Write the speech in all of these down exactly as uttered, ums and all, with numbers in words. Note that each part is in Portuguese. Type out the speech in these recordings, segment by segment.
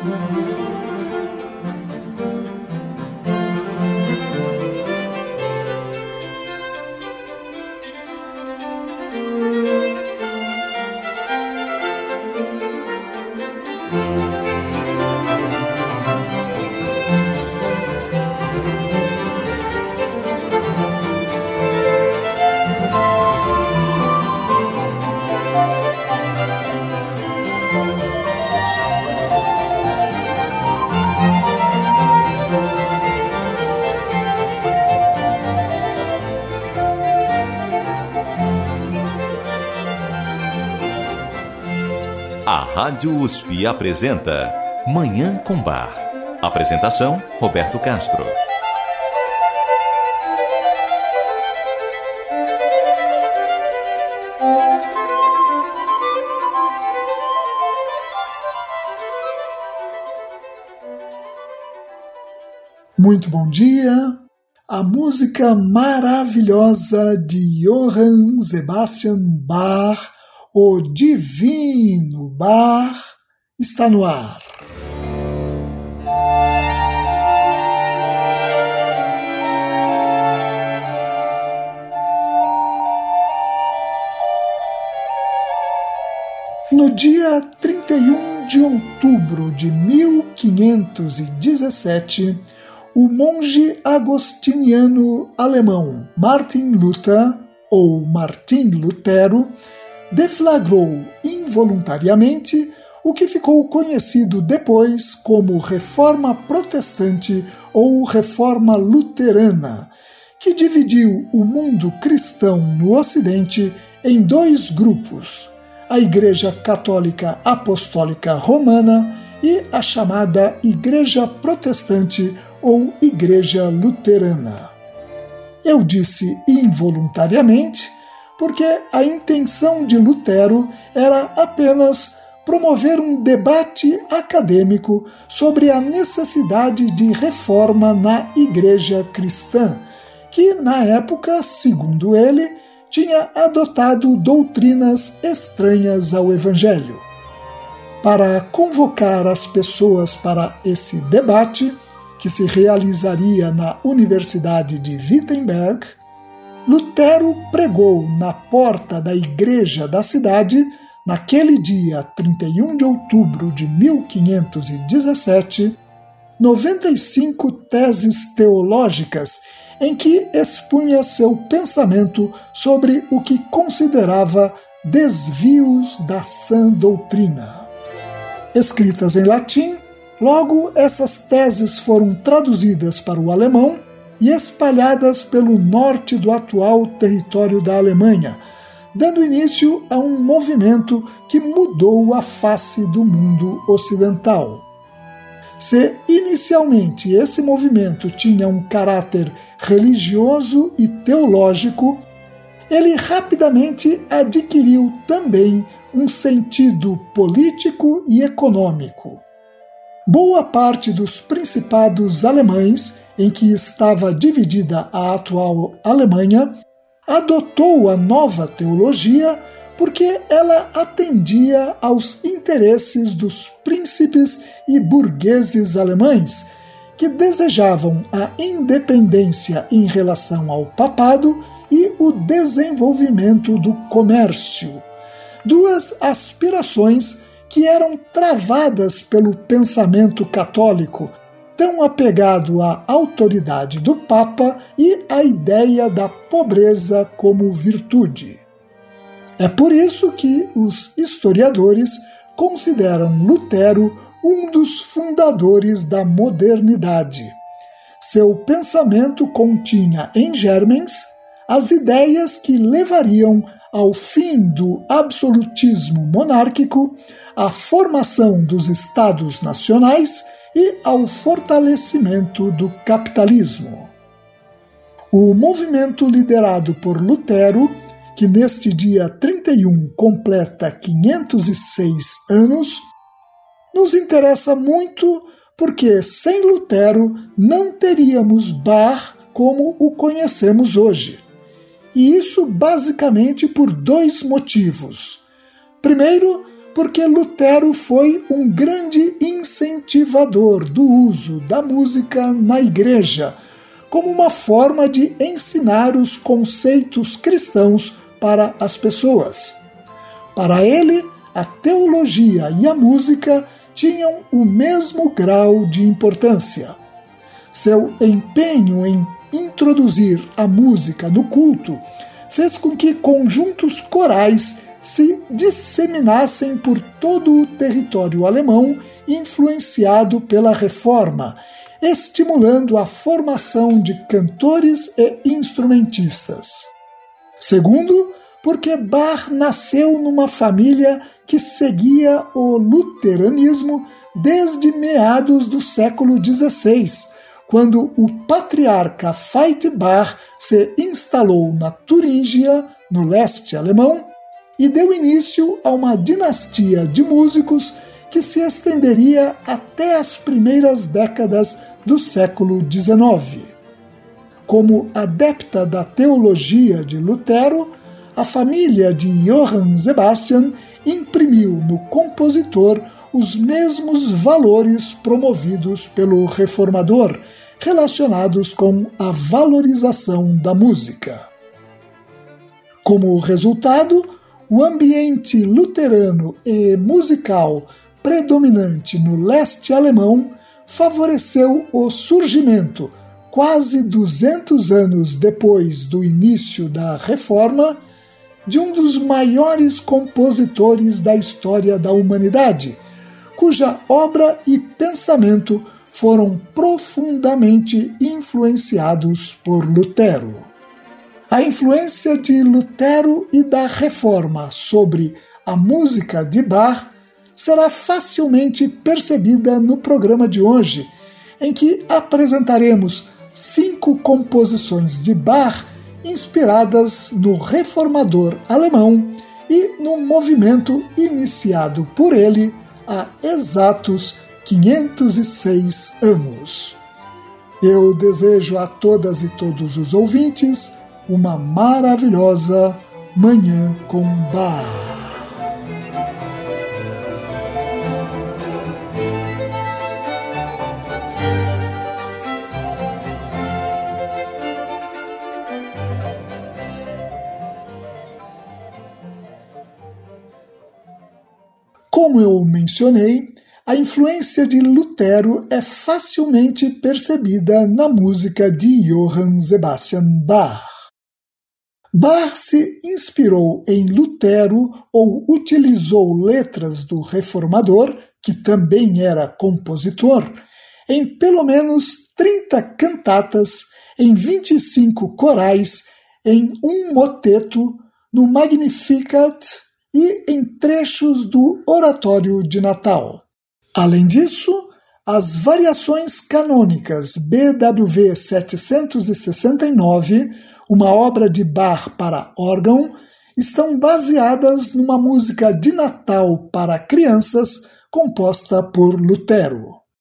A Rádio U S P apresenta Manhã com Bar. Apresentação, Roberto Castro. Muito bom dia. A música maravilhosa de Johann Sebastian Bach, o Divino Bach, está no ar. No dia trinta e um de outubro de mil quinhentos e dezessete, o monge agostiniano alemão Martin Luther, ou Martim Lutero, deflagrou involuntariamente o que ficou conhecido depois como Reforma Protestante ou Reforma Luterana, que dividiu o mundo cristão no Ocidente em dois grupos, a Igreja Católica Apostólica Romana e a chamada Igreja Protestante ou Igreja Luterana. Eu disse involuntariamente porque a intenção de Lutero era apenas promover um debate acadêmico sobre a necessidade de reforma na Igreja cristã, que na época, segundo ele, tinha adotado doutrinas estranhas ao Evangelho. Para convocar as pessoas para esse debate, que se realizaria na Universidade de Wittenberg, Lutero pregou na porta da igreja da cidade, naquele dia trinta e um de outubro de mil quinhentos e dezessete, noventa e cinco teses teológicas em que expunha seu pensamento sobre o que considerava desvios da sã doutrina. Escritas em latim, logo essas teses foram traduzidas para o alemão e espalhadas pelo norte do atual território da Alemanha, dando início a um movimento que mudou a face do mundo ocidental. Se inicialmente esse movimento tinha um caráter religioso e teológico, ele rapidamente adquiriu também um sentido político e econômico. Boa parte dos principados alemães, em que estava dividida a atual Alemanha, adotou a nova teologia porque ela atendia aos interesses dos príncipes e burgueses alemães, que desejavam a independência em relação ao papado e o desenvolvimento do comércio, duas aspirações que eram travadas pelo pensamento católico, tão apegado à autoridade do Papa e à ideia da pobreza como virtude. É por isso que os historiadores consideram Lutero um dos fundadores da modernidade. Seu pensamento continha em germens as ideias que levariam ao fim do absolutismo monárquico, à formação dos estados nacionais e ao fortalecimento do capitalismo. O movimento liderado por Lutero, que neste dia trinta e um completa quinhentos e seis anos, nos interessa muito porque sem Lutero não teríamos Bach como o conhecemos hoje. E isso basicamente por dois motivos. Primeiro, porque Lutero foi um grande incentivador do uso da música na igreja, como uma forma de ensinar os conceitos cristãos para as pessoas. Para ele, a teologia e a música tinham o mesmo grau de importância. Seu empenho em introduzir a música no culto fez com que conjuntos corais se disseminassem por todo o território alemão influenciado pela Reforma, estimulando a formação de cantores e instrumentistas. Segundo, porque Bach nasceu numa família que seguia o luteranismo desde meados do século dezesseis, quando o patriarca Veit Bach se instalou na Turíngia, no leste alemão, e deu início a uma dinastia de músicos que se estenderia até as primeiras décadas do século dezenove. Como adepta da teologia de Lutero, a família de Johann Sebastian imprimiu no compositor os mesmos valores promovidos pelo reformador, relacionados com a valorização da música. Como resultado, o ambiente luterano e musical predominante no leste alemão favoreceu o surgimento, quase duzentos anos depois do início da Reforma, de um dos maiores compositores da história da humanidade, cuja obra e pensamento foram profundamente influenciados por Lutero. A influência de Lutero e da Reforma sobre a música de Bach será facilmente percebida no programa de hoje, em que apresentaremos cinco composições de Bach inspiradas no reformador alemão e no movimento iniciado por ele há exatos quinhentos e seis anos. Eu desejo a todas e todos os ouvintes uma maravilhosa Manhã com Bach. Como eu mencionei, a influência de Lutero é facilmente percebida na música de Johann Sebastian Bach. Bach se inspirou em Lutero ou utilizou letras do reformador, que também era compositor, em pelo menos trinta cantatas, em vinte e cinco corais, em um moteto, no Magnificat e em trechos do Oratório de Natal. Além disso, as variações canônicas B W V setecentos e sessenta e nove, uma obra de Bach para órgão, estão baseadas numa música de Natal para crianças composta por Lutero.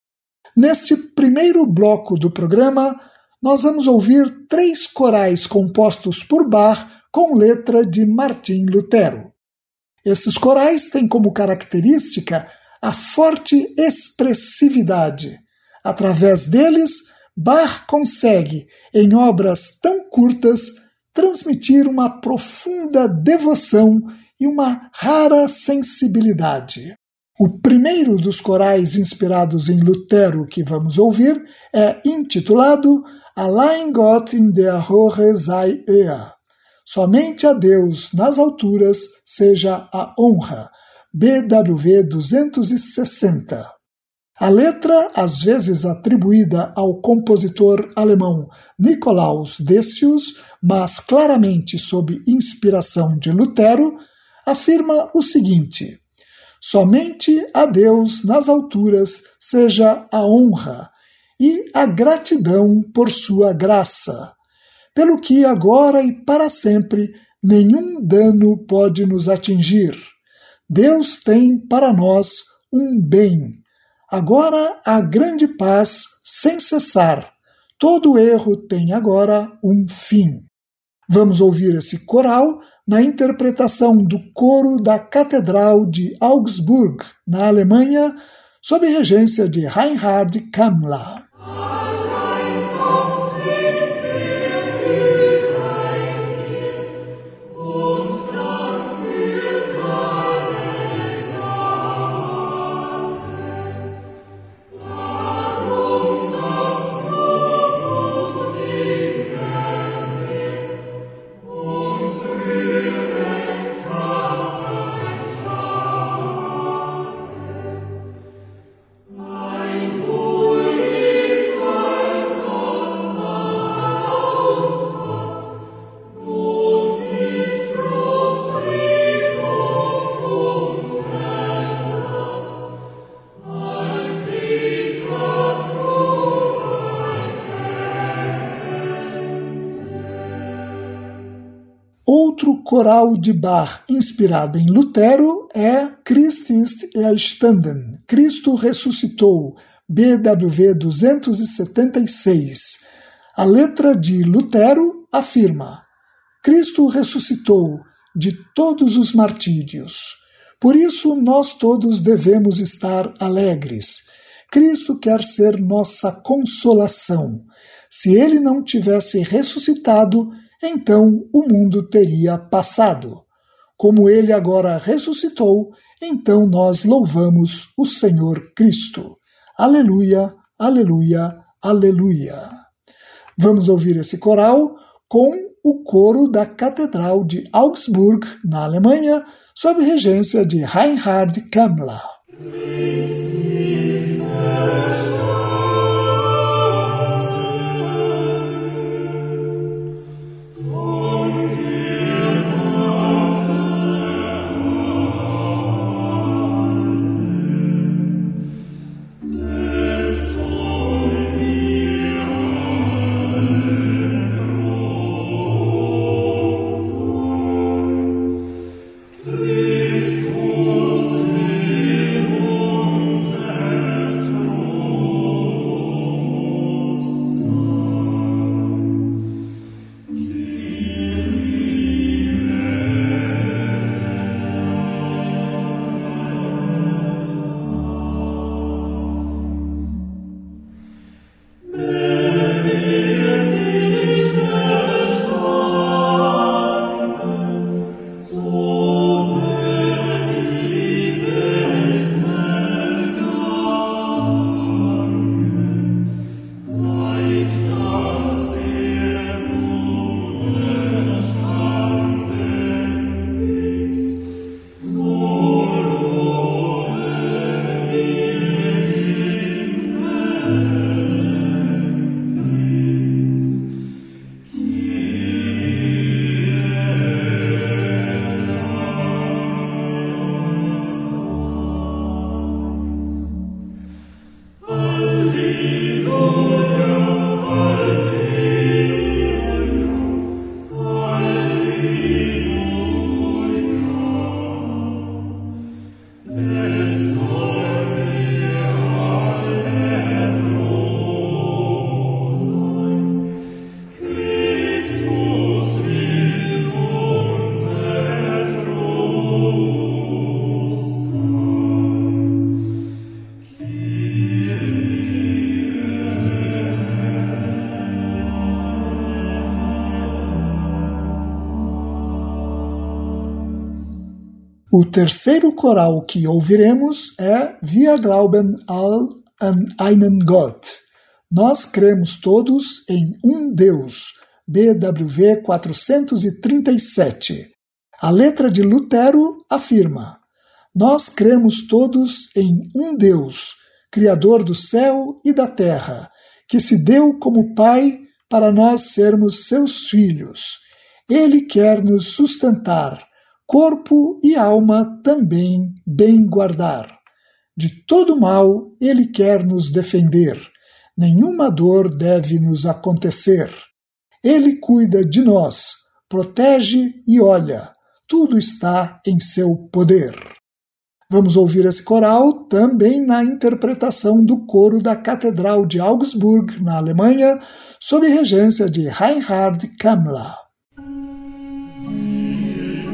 Neste primeiro bloco do programa, nós vamos ouvir três corais compostos por Bach com letra de Martim Lutero. Esses corais têm como característica a forte expressividade. Através deles, Bach consegue, em obras tão curtas, transmitir uma profunda devoção e uma rara sensibilidade. O primeiro dos corais inspirados em Lutero que vamos ouvir é intitulado Allein Gott in der Höhe sei Ehre. Somente a Deus nas alturas seja a honra. B W V duzentos e sessenta. A letra, às vezes atribuída ao compositor alemão Nikolaus Decius, mas claramente sob inspiração de Lutero, afirma o seguinte: somente a Deus nas alturas seja a honra e a gratidão por sua graça, pelo que agora e para sempre nenhum dano pode nos atingir. Deus tem para nós um bem. Agora há grande paz sem cessar. Todo erro tem agora um fim. Vamos ouvir esse coral na interpretação do coro da Catedral de Augsburg, na Alemanha, sob regência de Reinhard Kammler. Outro coral de Bach inspirado em Lutero é Christ ist erstanden, Cristo ressuscitou, B W V duzentos e setenta e seis. A letra de Lutero afirma: Cristo ressuscitou de todos os martírios. Por isso nós todos devemos estar alegres. Cristo quer ser nossa consolação. Se ele não tivesse ressuscitado, então o mundo teria passado. Como ele agora ressuscitou, então nós louvamos o Senhor Cristo. Aleluia, aleluia, aleluia. Vamos ouvir esse coral com o coro da Catedral de Augsburg, na Alemanha, sob regência de Reinhard Kammler. O terceiro coral que ouviremos é Wir glauben all an einen Gott. Nós cremos todos em um Deus, B W V quatrocentos e trinta e sete. A letra de Lutero afirma: Nós cremos todos em um Deus, Criador do céu e da terra, que se deu como Pai para nós sermos seus filhos. Ele quer nos sustentar, corpo e alma também bem guardar. De todo mal ele quer nos defender, nenhuma dor deve nos acontecer. Ele cuida de nós, protege e olha, tudo está em seu poder. Vamos ouvir esse coral também na interpretação do coro da Catedral de Augsburg, na Alemanha, sob regência de Reinhard Kammler.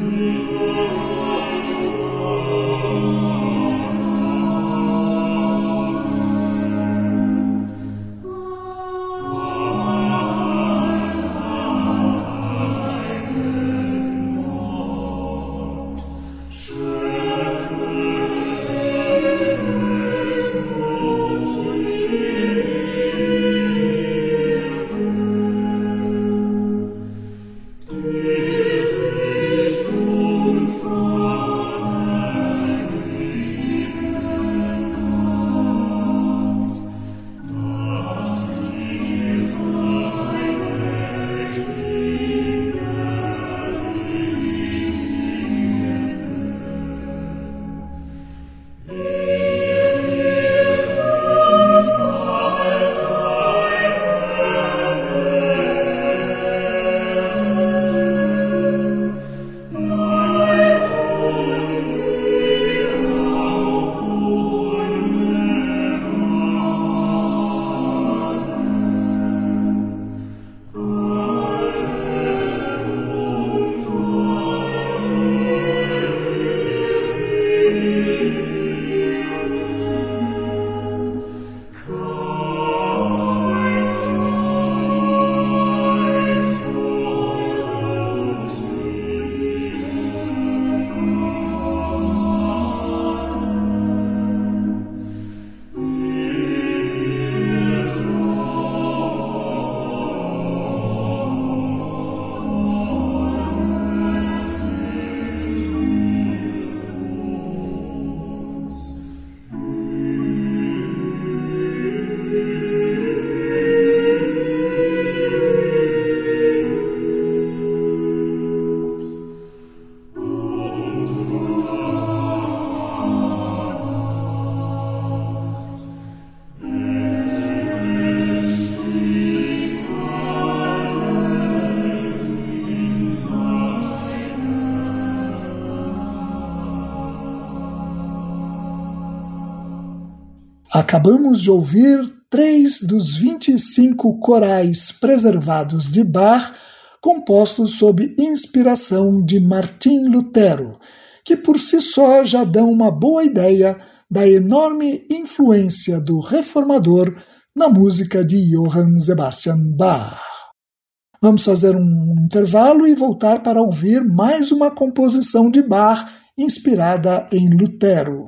Acabamos de ouvir três dos vinte e cinco corais preservados de Bach, compostos sob inspiração de Martim Lutero, que por si só já dão uma boa ideia da enorme influência do reformador na música de Johann Sebastian Bach. Vamos fazer um intervalo e voltar para ouvir mais uma composição de Bach inspirada em Lutero.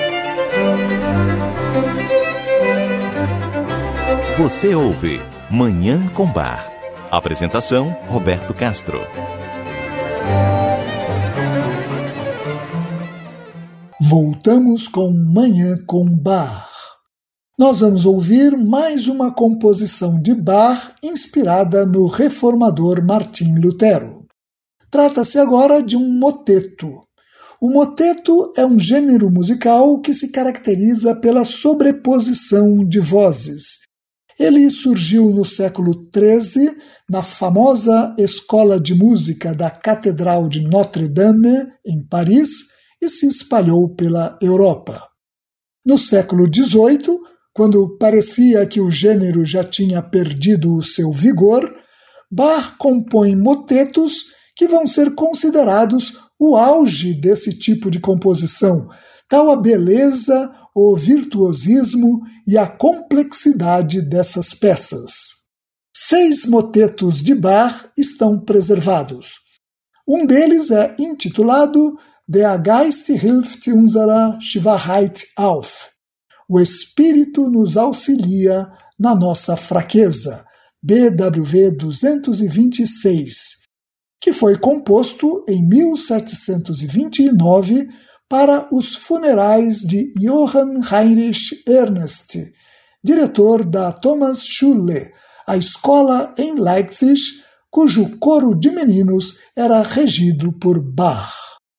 Você ouve Manhã com Bar. Apresentação, Roberto Castro. Voltamos com Manhã com Bar. Nós vamos ouvir mais uma composição de Bach inspirada no reformador Martim Lutero. Trata-se agora de um moteto. O moteto é um gênero musical que se caracteriza pela sobreposição de vozes. Ele surgiu no século treze, na famosa Escola de Música da Catedral de Notre-Dame, em Paris, e se espalhou pela Europa. No século dezoito, quando parecia que o gênero já tinha perdido o seu vigor, Bach compõe motetos que vão ser considerados o auge desse tipo de composição, tal a beleza, o virtuosismo e a complexidade dessas peças. Seis motetos de Bach estão preservados. Um deles é intitulado Der Geist hilft unserer Schwachheit auf. O Espírito nos auxilia na nossa fraqueza, B W V duzentos e vinte e seis, que foi composto em mil setecentos e vinte e nove para os funerais de Johann Heinrich Ernst, diretor da Thomasschule, a escola em Leipzig, cujo coro de meninos era regido por Bach.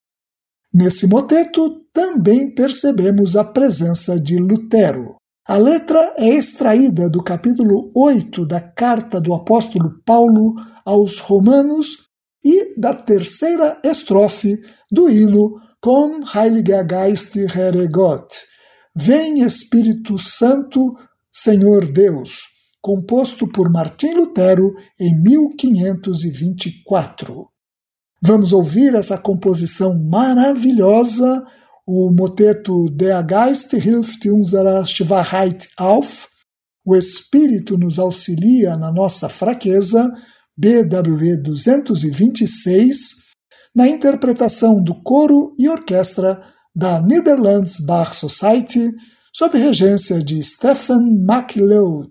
Nesse moteto também percebemos a presença de Lutero. A letra é extraída do capítulo oito da carta do apóstolo Paulo aos Romanos e da terceira estrofe do hino Komm, Heiliger Geist, Herr Gott, Vem Espírito Santo, Senhor Deus, composto por Martim Lutero em mil quinhentos e vinte e quatro. Vamos ouvir essa composição maravilhosa, o moteto Der Geist hilft unserer Schwachheit auf, o Espírito nos auxilia na nossa fraqueza, B W V duzentos e vinte e seis, na interpretação do coro e orquestra da Netherlands Bach Society, sob regência de Stephen MacLeod.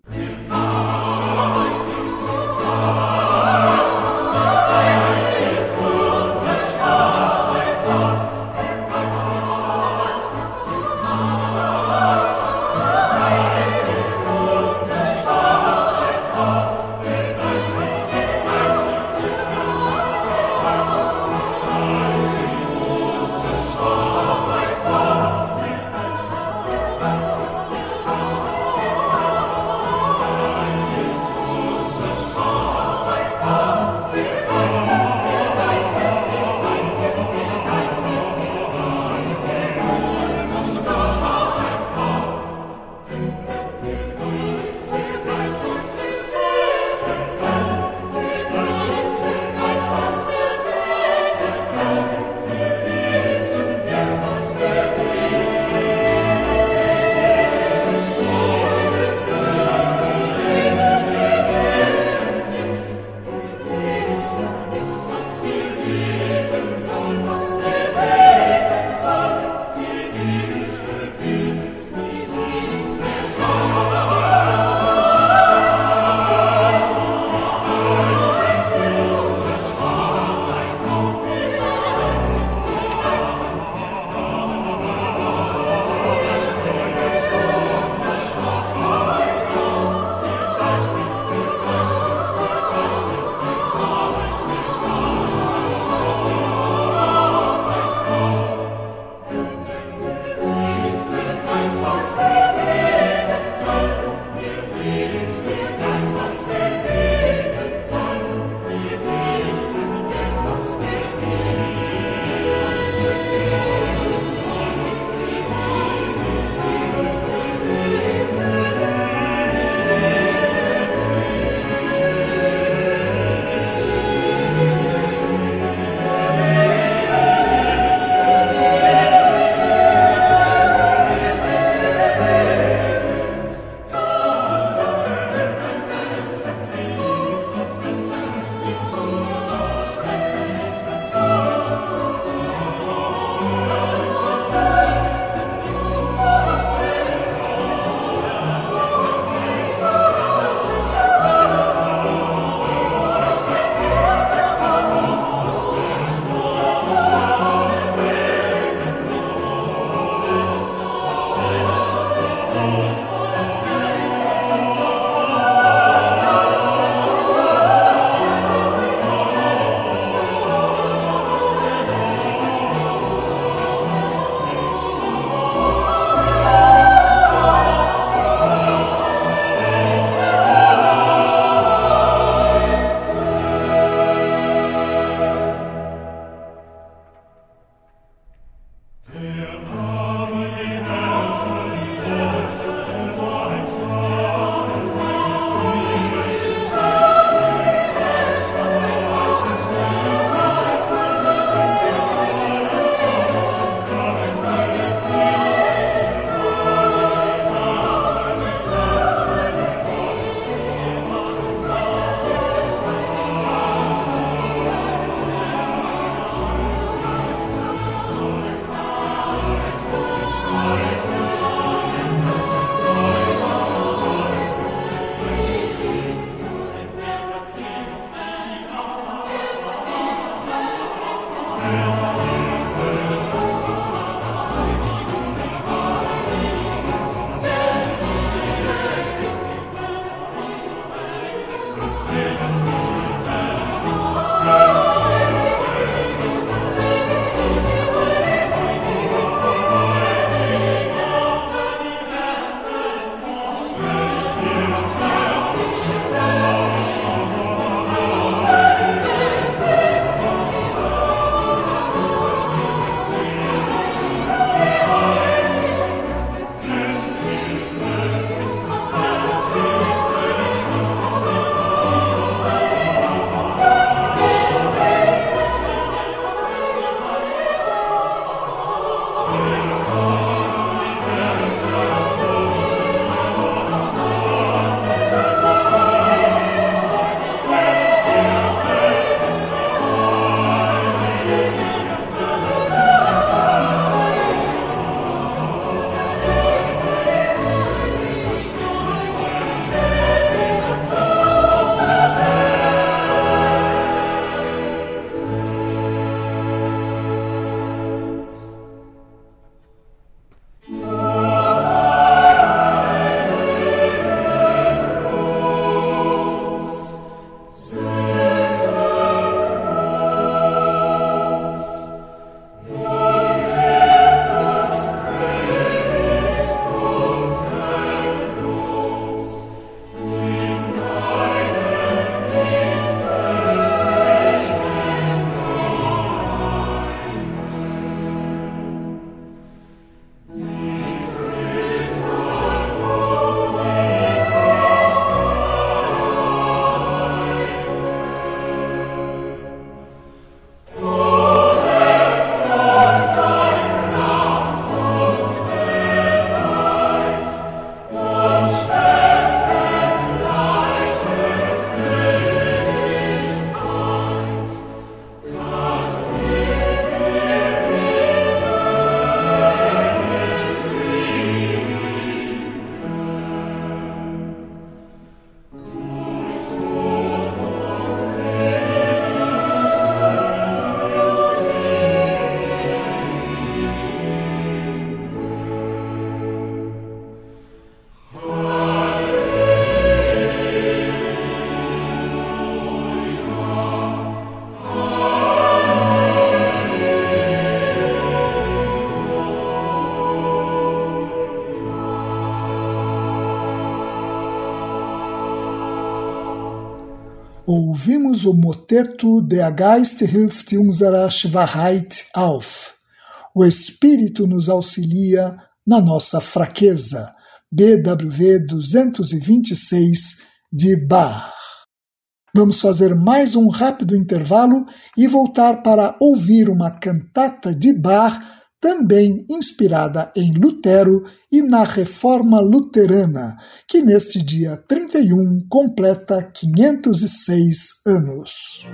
ouvimos o moteto Der Geist hilft unserer Schwachheit auf. O Espírito nos auxilia na nossa fraqueza. B W V duzentos e vinte e seis, de Bach. Vamos fazer mais um rápido intervalo e voltar para ouvir uma cantata de Bach, também inspirada em Lutero e na Reforma Luterana, que neste dia trinta e um completa quinhentos e seis anos.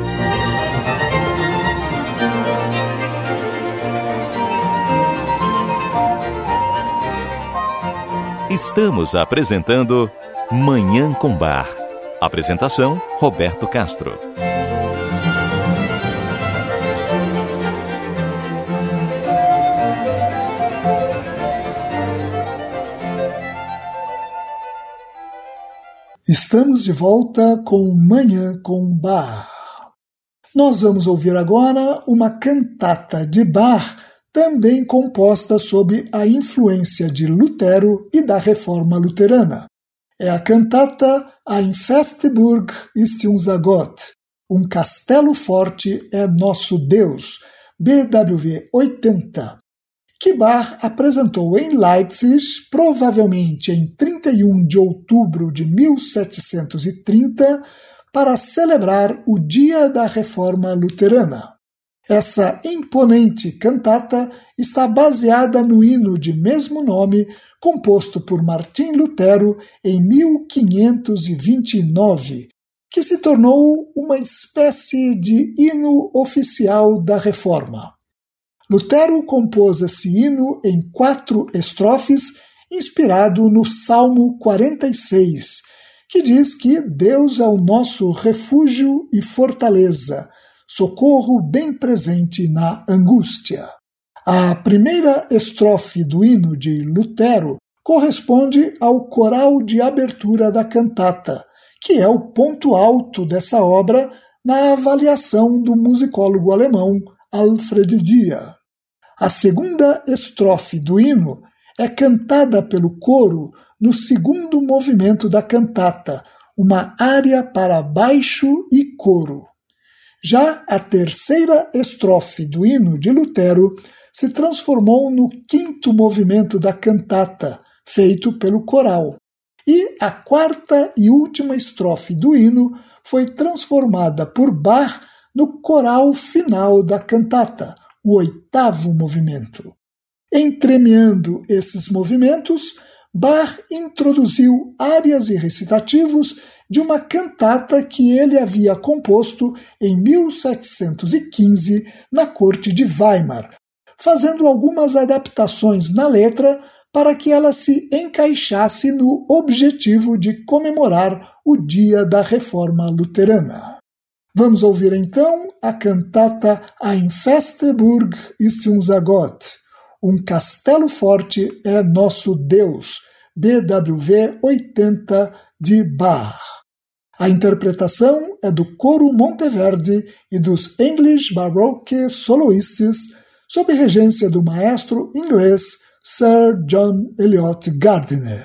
Estamos apresentando Manhã com Bar. Apresentação, Roberto Castro. Estamos de volta com Manhã com Bar. Nós vamos ouvir agora uma cantata de Bach, também composta sob a influência de Lutero e da Reforma Luterana. É a cantata Ein feste Burg ist unser Gott, Um Castelo Forte é Nosso Deus, B W V oitenta, que Bach apresentou em Leipzig, provavelmente em trinta e um de outubro de mil setecentos e trinta, para celebrar o Dia da Reforma Luterana. Essa imponente cantata está baseada no hino de mesmo nome, composto por Martim Lutero em mil quinhentos e vinte e nove, que se tornou uma espécie de hino oficial da Reforma. Lutero compôs esse hino em quatro estrofes, inspirado no Salmo quarenta e seis, que diz que Deus é o nosso refúgio e fortaleza, socorro bem presente na angústia. A primeira estrofe do hino de Lutero corresponde ao coral de abertura da cantata, que é o ponto alto dessa obra na avaliação do musicólogo alemão Alfred Dürer. A segunda estrofe do hino é cantada pelo coro no segundo movimento da cantata, uma área para baixo e coro. Já a terceira estrofe do hino de Lutero se transformou no quinto movimento da cantata, feito pelo coral. E a quarta e última estrofe do hino foi transformada por Bach no coral final da cantata, o oitavo movimento. Entremeando esses movimentos, Bach introduziu áreas e recitativos de uma cantata que ele havia composto em mil setecentos e quinze na corte de Weimar, fazendo algumas adaptações na letra para que ela se encaixasse no objetivo de comemorar o Dia da Reforma Luterana. Vamos ouvir então a cantata Ein feste Burg ist unser Gott, Um Castelo Forte é Nosso Deus, B W V oitenta, de Bach. A interpretação é do Coro Monteverdi e dos English Baroque Soloists, sob regência do maestro inglês Sir John Eliot Gardiner.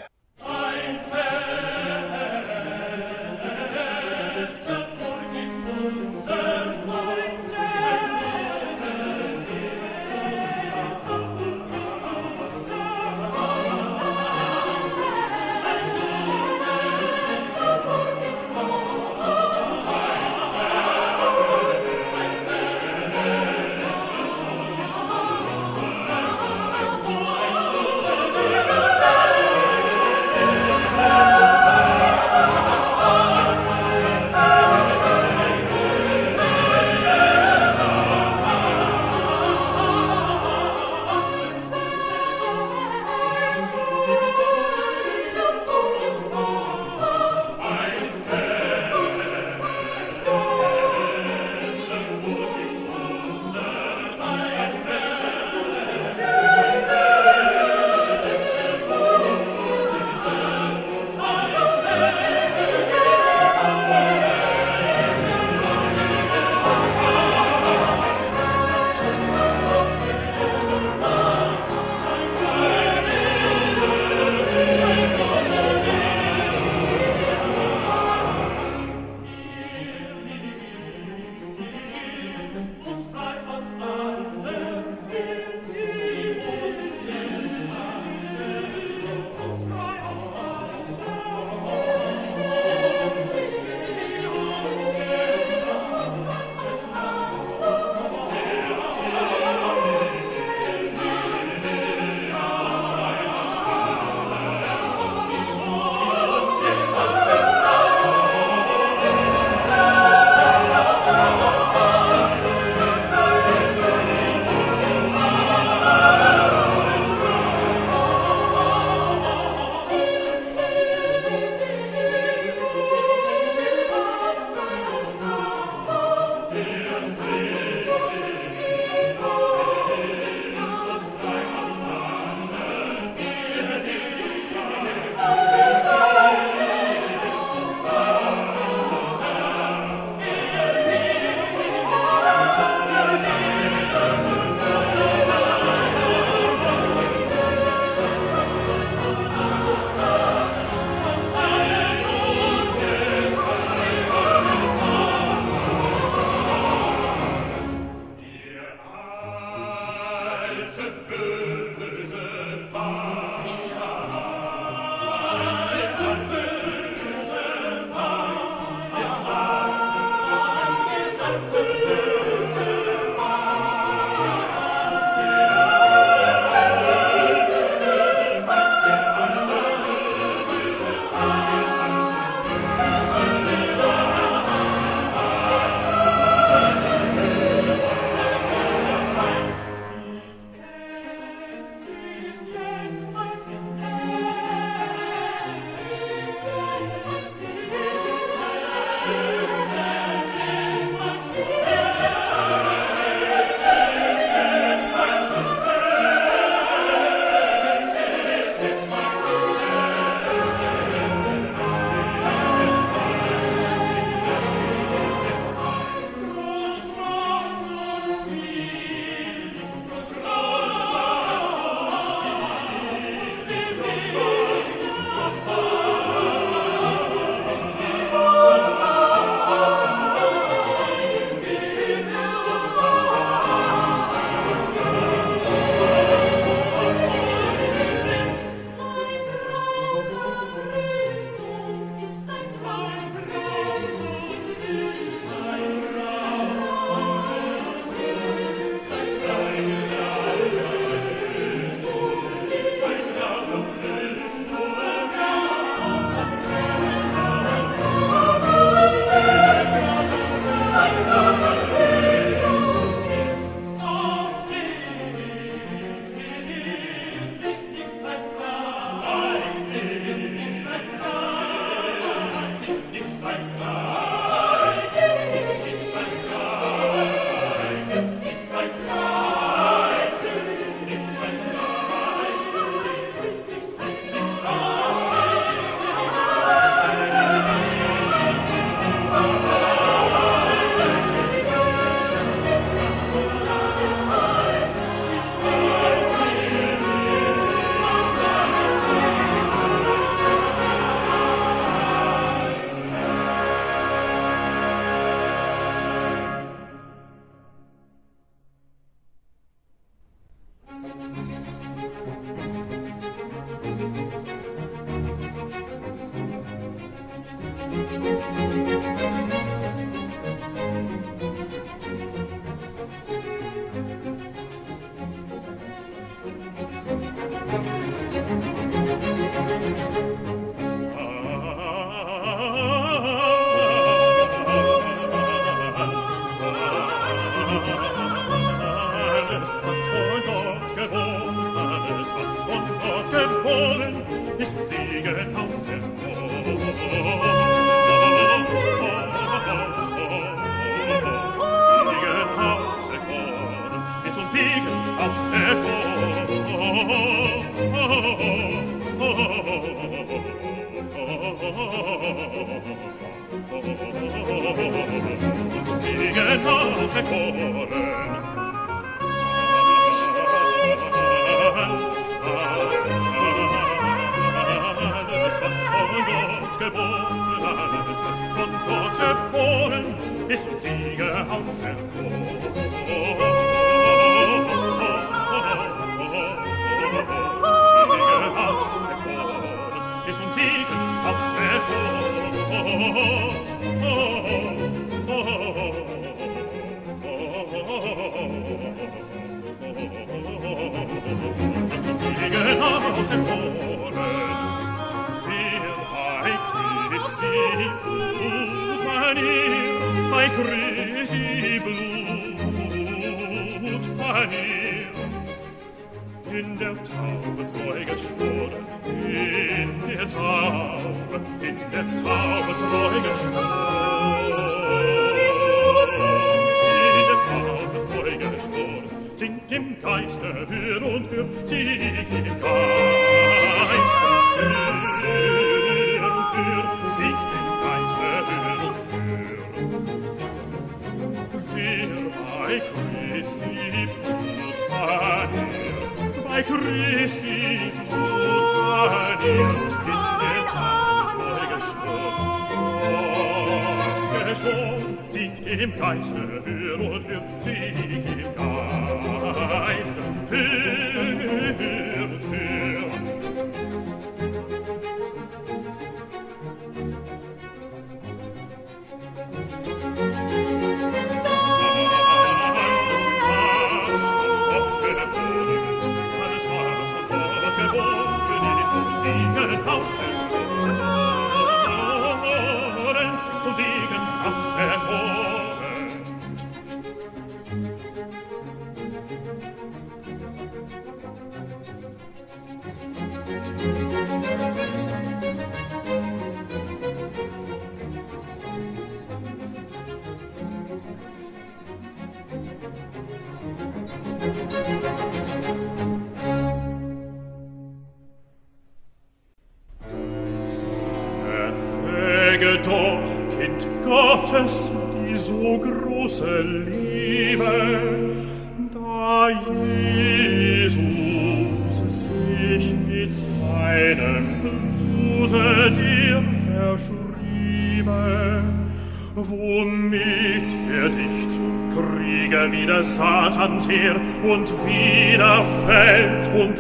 Satans Heer und wieder Feld und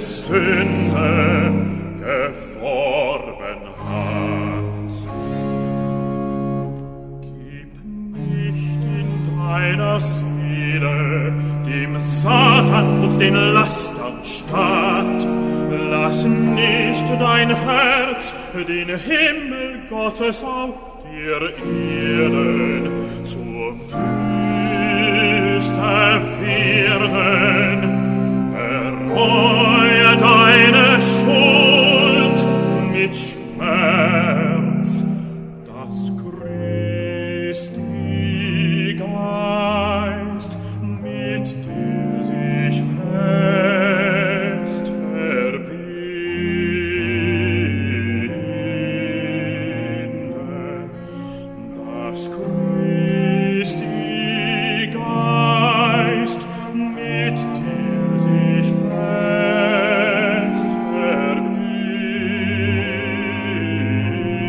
Sünde geformen hat. Gib nicht in deiner Seele dem Satan und den Lastern statt. Lass nicht dein Herz den Himmel Gottes auf der Erde zur Wüste werden. Bereue deine Schuld mit Schmerz, dass Christi Geist mit dir sich fest verbinde, dass Christi Geist mit dir sich fest verbinde.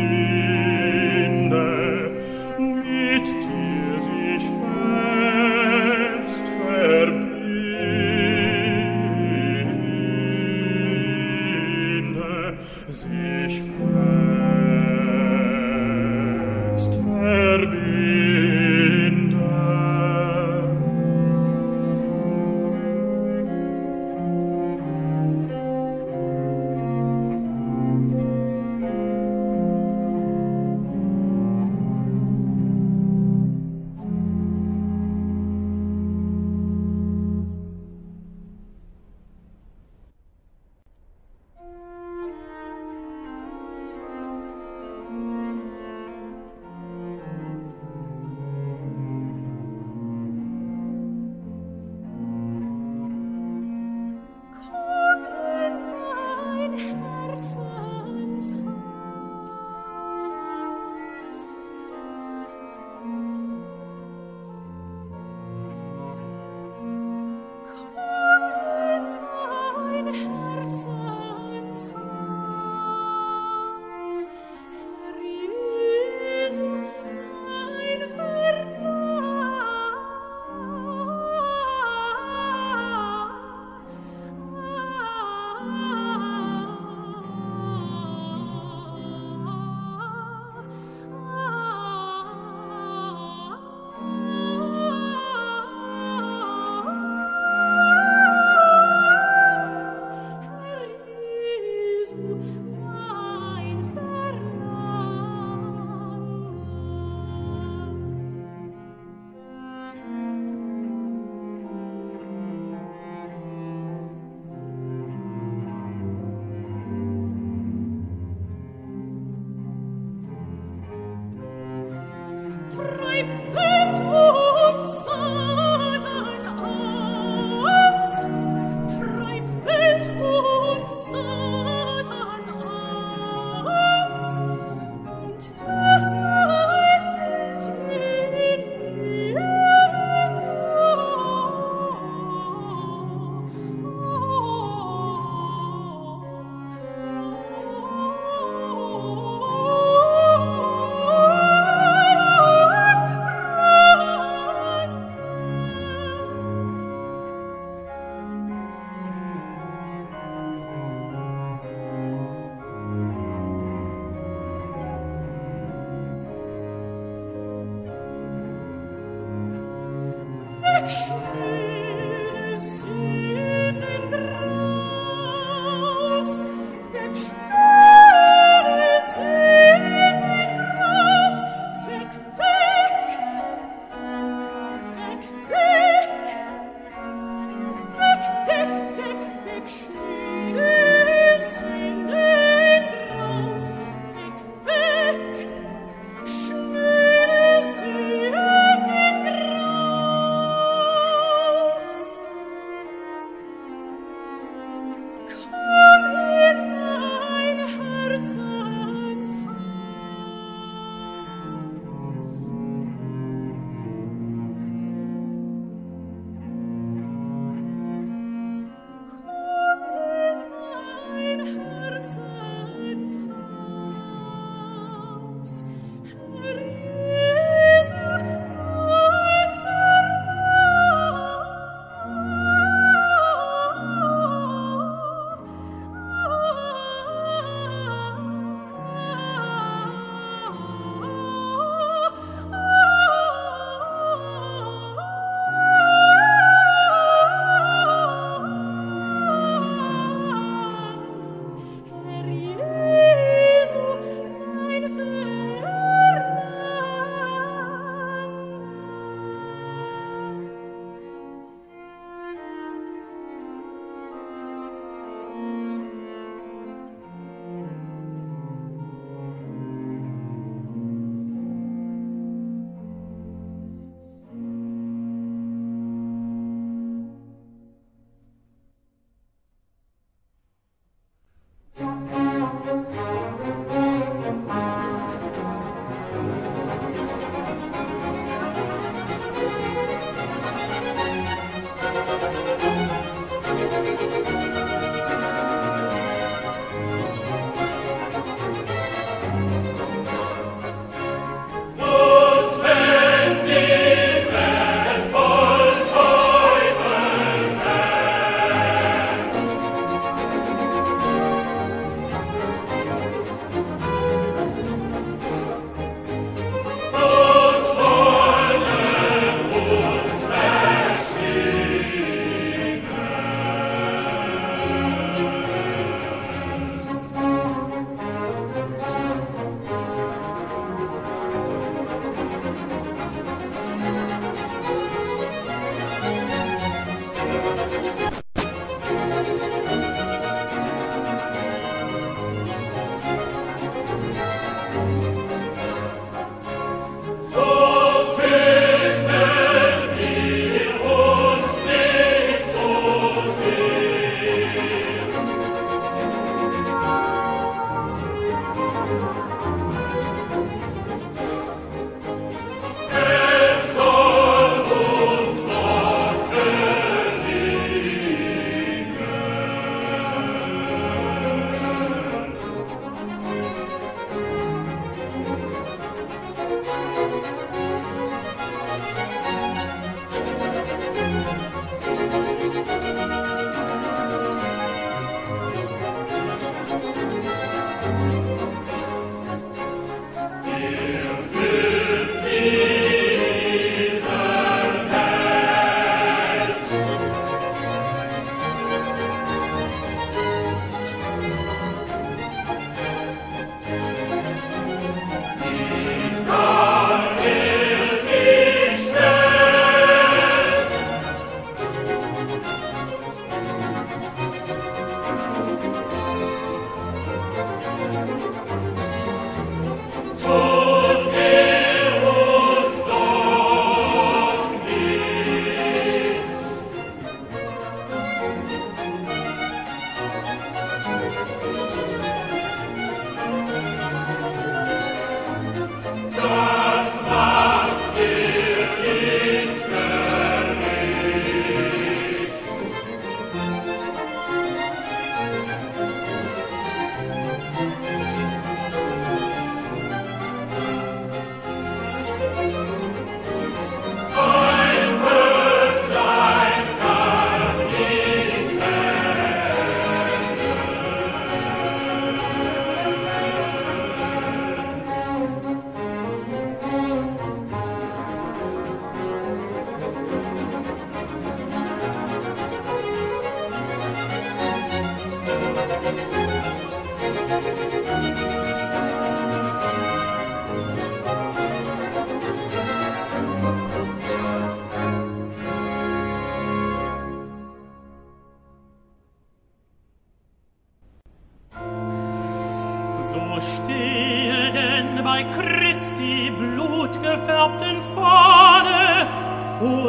bei Christi blutgefärbten Fahne, o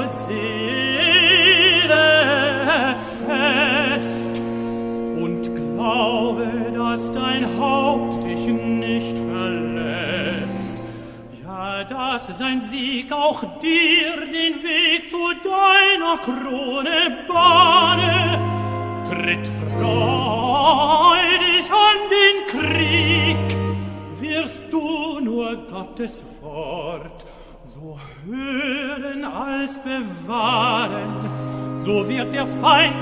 Seele, fest, und glaube, dass dein Haupt dich nicht verlässt. Ja, dass sein Sieg auch dir den Weg zu deiner Krone bahne. Tritt freudig an den Krieg, wirst du nur Gottes Wort so hören als bewahren, so wird der Feind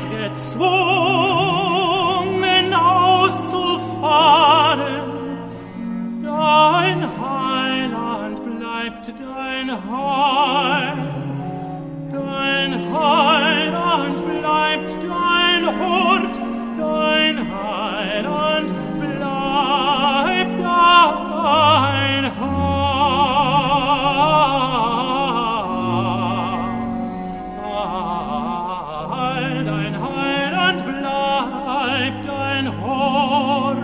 gezwungen auszufahren. Dein Heiland bleibt dein Heil, dein Heiland bleibt dein Hort, dein Heiland bleibt dein Heil, dein Heiland bleibt dein Hort.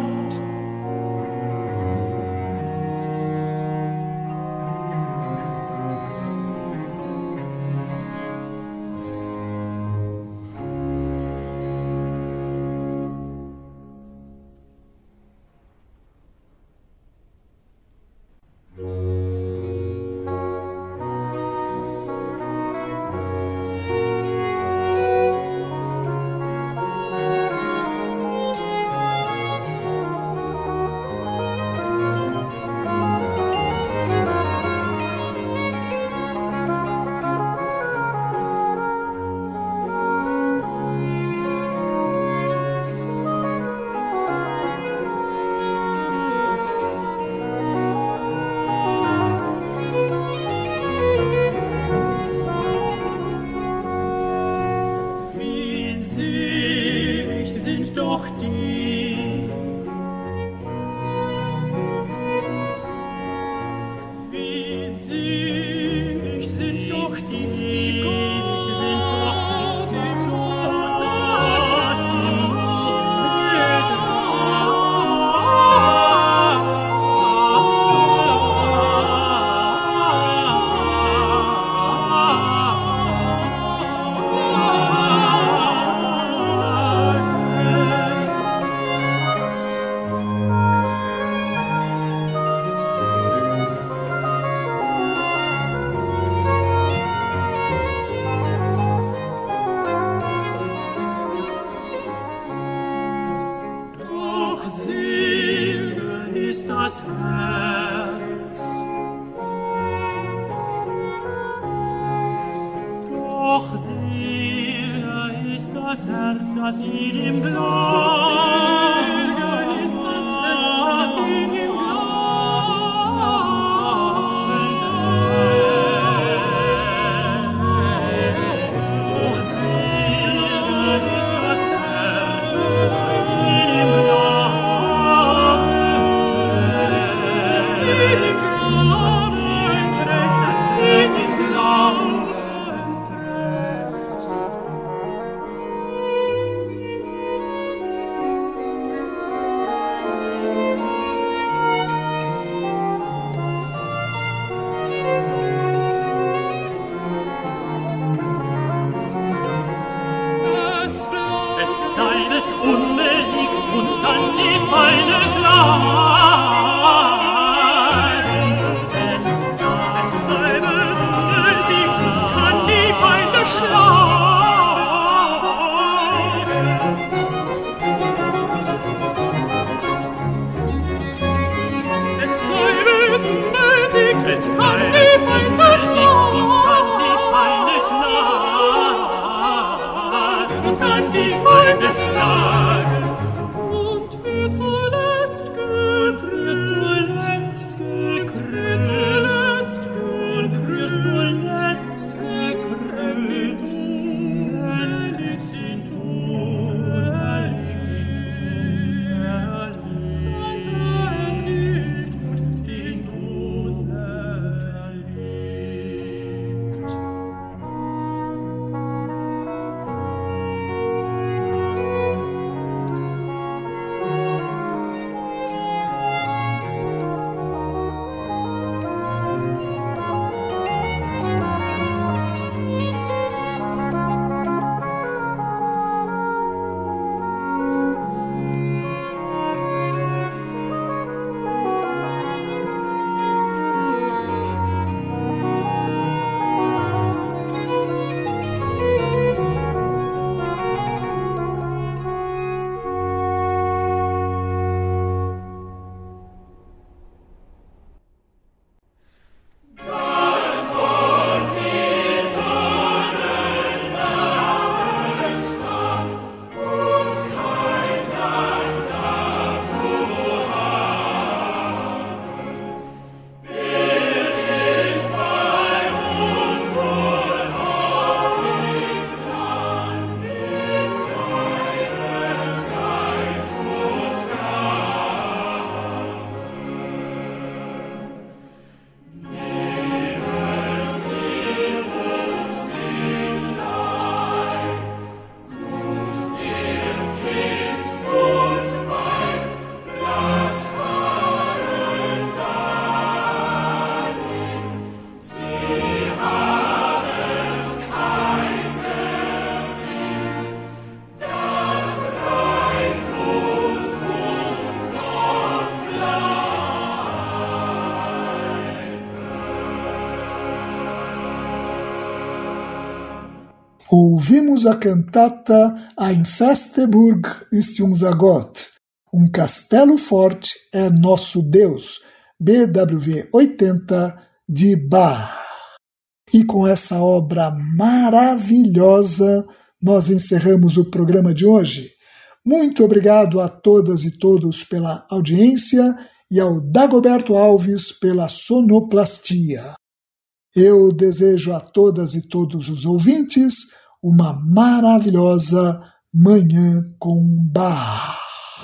Ouvimos a cantata Ein feste Burg ist unser Gott, Um Castelo Forte é Nosso Deus, B W V oitenta, de Bach. E com essa obra maravilhosa, nós encerramos o programa de hoje. Muito obrigado a todas e todos pela audiência e ao Dagoberto Alves pela sonoplastia. Eu desejo a todas e todos os ouvintes uma maravilhosa Manhã com Bach.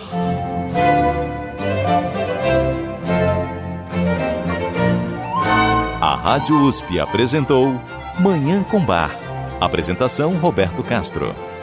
A Rádio U S P apresentou Manhã com Bach. Apresentação Roberto Castro.